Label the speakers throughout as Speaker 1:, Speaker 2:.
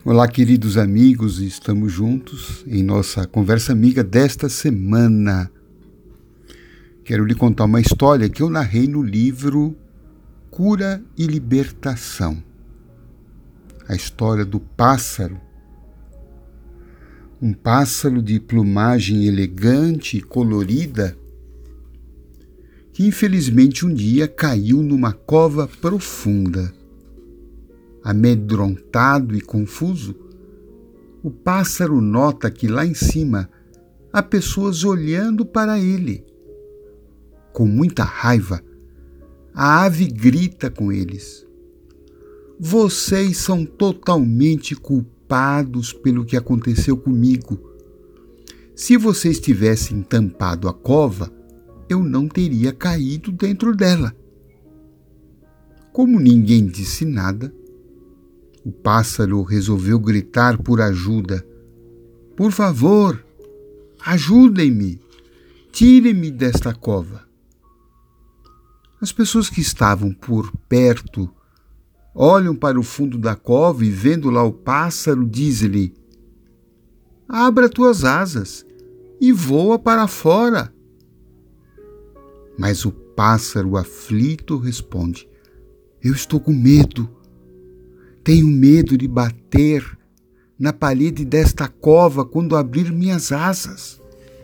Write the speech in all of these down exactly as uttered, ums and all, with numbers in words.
Speaker 1: Olá, queridos amigos, estamos juntos em nossa conversa amiga desta semana. Quero lhe contar uma história que eu narrei no livro Cura e Libertação. A história do pássaro. Um pássaro de plumagem elegante e colorida que infelizmente um dia caiu numa cova profunda. Amedrontado e confuso, o pássaro nota que lá em cima há pessoas olhando para ele. Com muita raiva, a ave grita com eles: "Vocês são totalmente culpados pelo que aconteceu comigo. Se vocês tivessem tampado a cova, eu não teria caído dentro dela." Como ninguém disse nada, o pássaro resolveu gritar por ajuda. "Por favor, ajudem-me, tirem-me desta cova." As pessoas que estavam por perto olham para o fundo da cova e, vendo lá o pássaro, dizem-lhe: "Abra tuas asas e voa para fora." Mas o pássaro aflito responde: "Eu estou com medo. Tenho medo de bater na parede desta cova quando abrir minhas asas."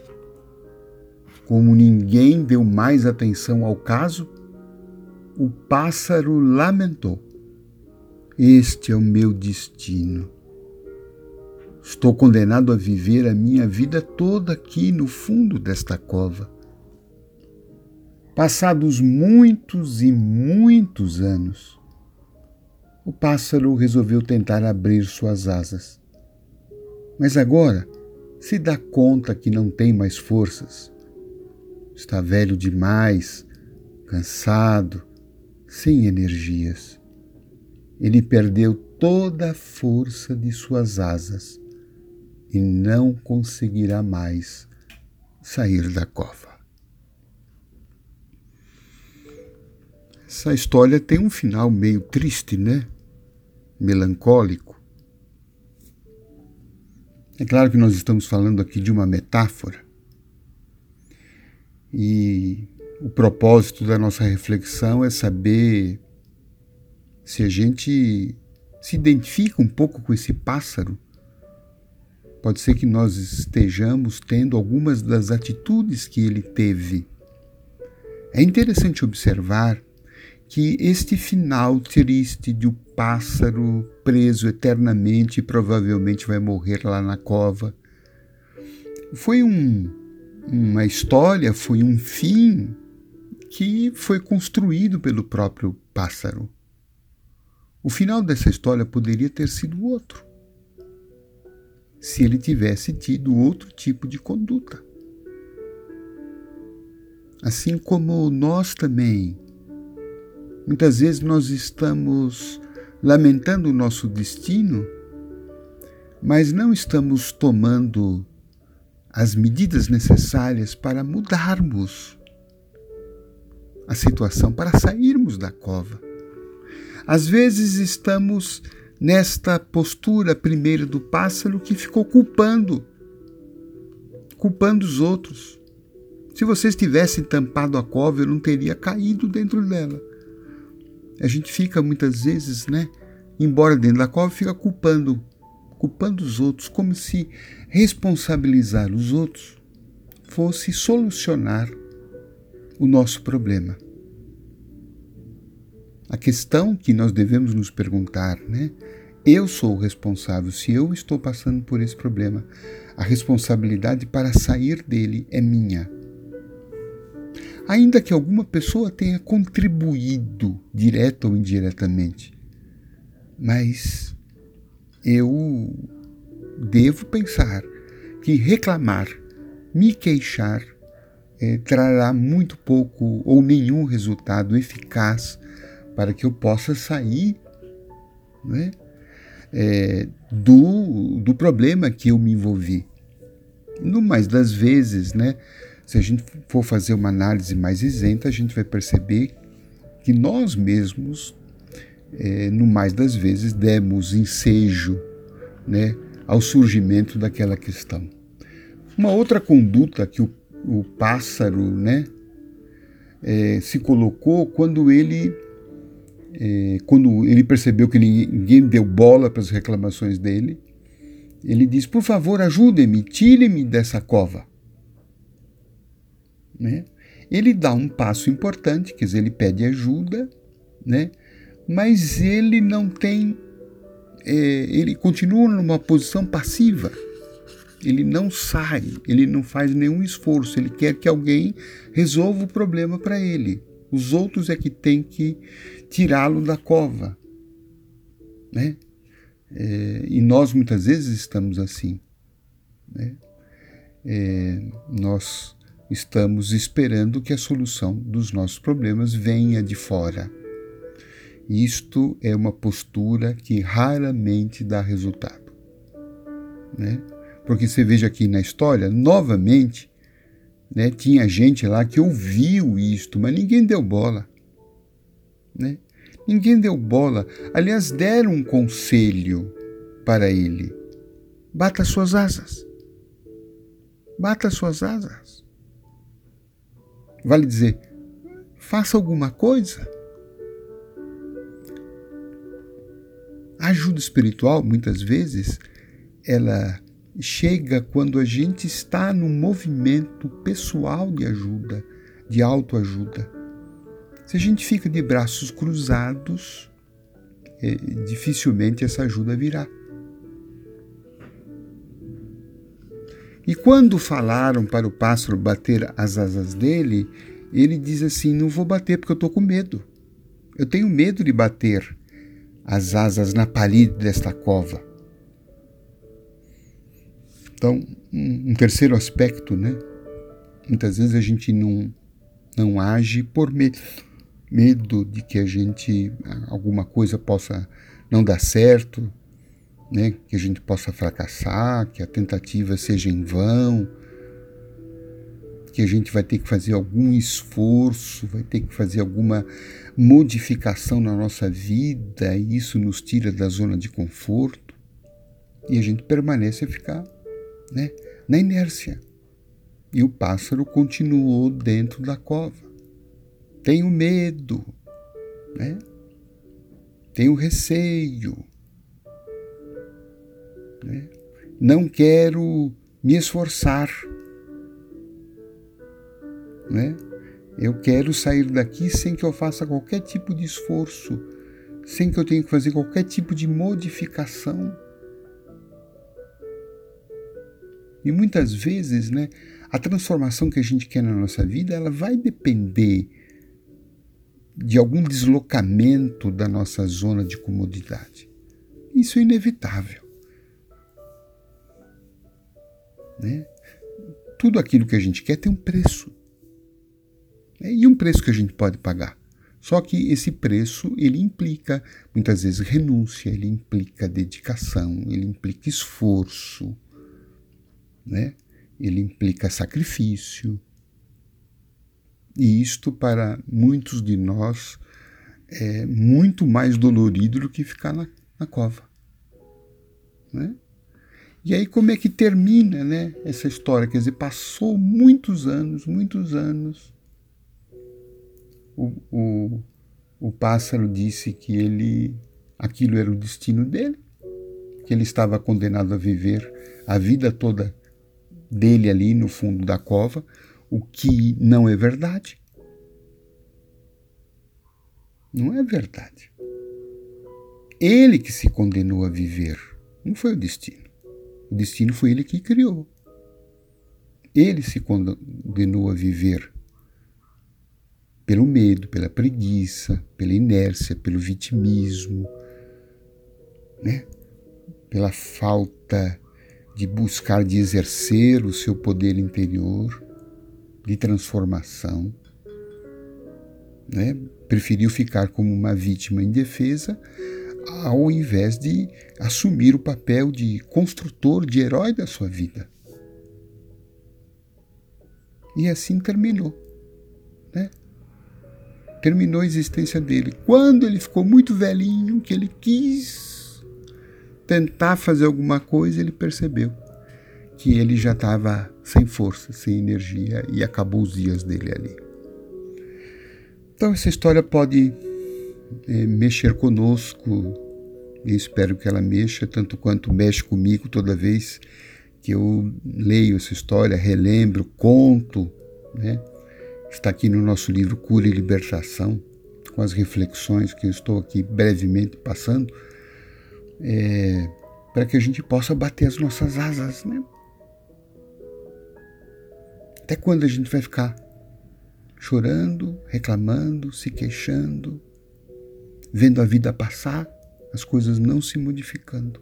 Speaker 1: Como ninguém deu mais atenção ao caso, o pássaro lamentou: "Este é o meu destino. Estou condenado a viver a minha vida toda aqui no fundo desta cova." Passados muitos e muitos anos, o pássaro resolveu tentar abrir suas asas. Mas agora se dá conta que não tem mais forças. Está velho demais, cansado, sem energias. Ele perdeu toda a força de suas asas e não conseguirá mais sair da cova. Essa história tem um final meio triste, né? Melancólico. É claro que nós estamos falando aqui de uma metáfora. E o propósito da nossa reflexão é saber se a gente se identifica um pouco com esse pássaro. Pode ser que nós estejamos tendo algumas das atitudes que ele teve. É interessante observar que este final triste de um pássaro preso eternamente e provavelmente vai morrer lá na cova foi um, uma história, foi um fim que foi construído pelo próprio pássaro. O final dessa história poderia ter sido outro, se ele tivesse tido outro tipo de conduta. Assim como nós também, muitas vezes nós estamos lamentando o nosso destino, mas não estamos tomando as medidas necessárias para mudarmos a situação, para sairmos da cova. Às vezes estamos nesta postura primeiro do pássaro que ficou culpando, culpando os outros. Se vocês tivessem tampado a cova, eu não teria caído dentro dela. A gente fica muitas vezes, né, embora dentro da cova, fica culpando, culpando os outros, como se responsabilizar os outros fosse solucionar o nosso problema. A questão que nós devemos nos perguntar, né, eu sou o responsável, se eu estou passando por esse problema, a responsabilidade para sair dele é minha. Ainda que alguma pessoa tenha contribuído, direta ou indiretamente, mas eu devo pensar que reclamar, me queixar, é, trará muito pouco ou nenhum resultado eficaz para que eu possa sair, né, é, do, do problema que eu me envolvi. No mais das vezes, né, se a gente for fazer uma análise mais isenta, a gente vai perceber que nós mesmos, é, no mais das vezes, demos ensejo né, ao surgimento daquela questão. Uma outra conduta que o, o pássaro, né, é, se colocou quando ele, é, quando ele percebeu que ninguém deu bola para as reclamações dele, ele diz: por favor, ajudem-me, tirem-me dessa cova. Né? Ele dá um passo importante, quer dizer, ele pede ajuda, né? Mas ele não tem, é, ele continua numa posição passiva. Ele não sai, ele não faz nenhum esforço, ele quer que alguém resolva o problema para ele. Os outros é que tem que tirá-lo da cova. Né? É, e nós muitas vezes estamos assim. Né? É, nós estamos esperando que a solução dos nossos problemas venha de fora. Isto é uma postura que raramente dá resultado. Né? Porque você veja aqui na história, novamente, né, tinha gente lá que ouviu isto, mas ninguém deu bola. Né? Ninguém deu bola. Aliás, deram um conselho para ele: bata suas asas. Bata suas asas. Vale dizer, faça alguma coisa. A ajuda espiritual, muitas vezes, ela chega quando a gente está num movimento pessoal de ajuda, de autoajuda. Se a gente fica de braços cruzados, é, dificilmente essa ajuda virá. E quando falaram para o pássaro bater as asas dele, ele diz assim: não vou bater porque eu estou com medo. Eu tenho medo de bater as asas na parede desta cova. Então, um, um terceiro aspecto, né? Muitas vezes a gente não, não age por medo, medo de que a gente, alguma coisa possa não dar certo, né? Que a gente possa fracassar, que a tentativa seja em vão, que a gente vai ter que fazer algum esforço, vai ter que fazer alguma modificação na nossa vida, e isso nos tira da zona de conforto, e a gente permanece a ficar, né, na inércia. E o pássaro continuou dentro da cova. Tenho medo, né? Tenho receio, né? Não quero me esforçar, né? Eu quero sair daqui sem que eu faça qualquer tipo de esforço, sem que eu tenha que fazer qualquer tipo de modificação. E muitas vezes, né, a transformação que a gente quer na nossa vida, ela vai depender de algum deslocamento da nossa zona de comodidade. Isso é inevitável. Né? Tudo aquilo que a gente quer tem um preço. Né? E um preço que a gente pode pagar. Só que esse preço, ele implica, muitas vezes, renúncia, ele implica dedicação, ele implica esforço, né? Ele implica sacrifício. E isto, para muitos de nós, é muito mais dolorido do que ficar na, na cova. Né? E aí, como é que termina, né, essa história? Quer dizer, passou muitos anos, muitos anos. O, o, o pássaro disse que ele, aquilo era o destino dele, que ele estava condenado a viver a vida toda dele ali no fundo da cova, o que não é verdade. Não é verdade. Ele que se condenou a viver, não foi o destino. O destino foi ele que criou. Ele se condenou a viver pelo medo, pela preguiça, pela inércia, pelo vitimismo, né? Pela falta de buscar, de exercer o seu poder interior, de transformação. Né? Preferiu ficar como uma vítima indefesa, ao invés de assumir o papel de construtor, de herói da sua vida. E assim terminou. Né? Terminou a existência dele. Quando ele ficou muito velhinho, que ele quis tentar fazer alguma coisa, ele percebeu que ele já estava sem força, sem energia e acabou os dias dele ali. Então essa história pode é, mexer conosco, e espero que ela mexa tanto quanto mexe comigo toda vez que eu leio essa história, relembro, conto, né? Está aqui no nosso livro Cura e Libertação, com as reflexões que eu estou aqui brevemente passando, é, para que a gente possa bater as nossas asas, né? Até quando a gente vai ficar chorando, reclamando, se queixando, vendo a vida passar, as coisas não se modificando,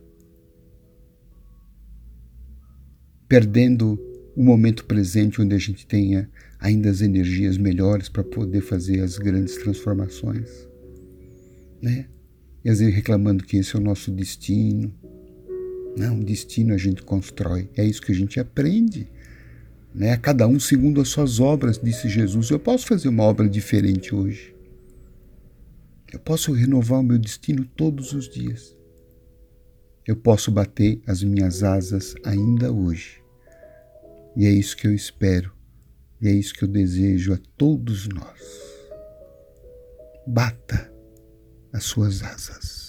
Speaker 1: perdendo o momento presente onde a gente tenha ainda as energias melhores para poder fazer as grandes transformações, né? E às vezes reclamando que esse é o nosso destino. Não, destino a gente constrói, é isso que a gente aprende, né? Cada um segundo as suas obras, disse Jesus. Eu posso fazer uma obra diferente hoje. Eu posso renovar o meu destino todos os dias. Eu posso bater as minhas asas ainda hoje. E é isso que eu espero. E é isso que eu desejo a todos nós. Bata as suas asas.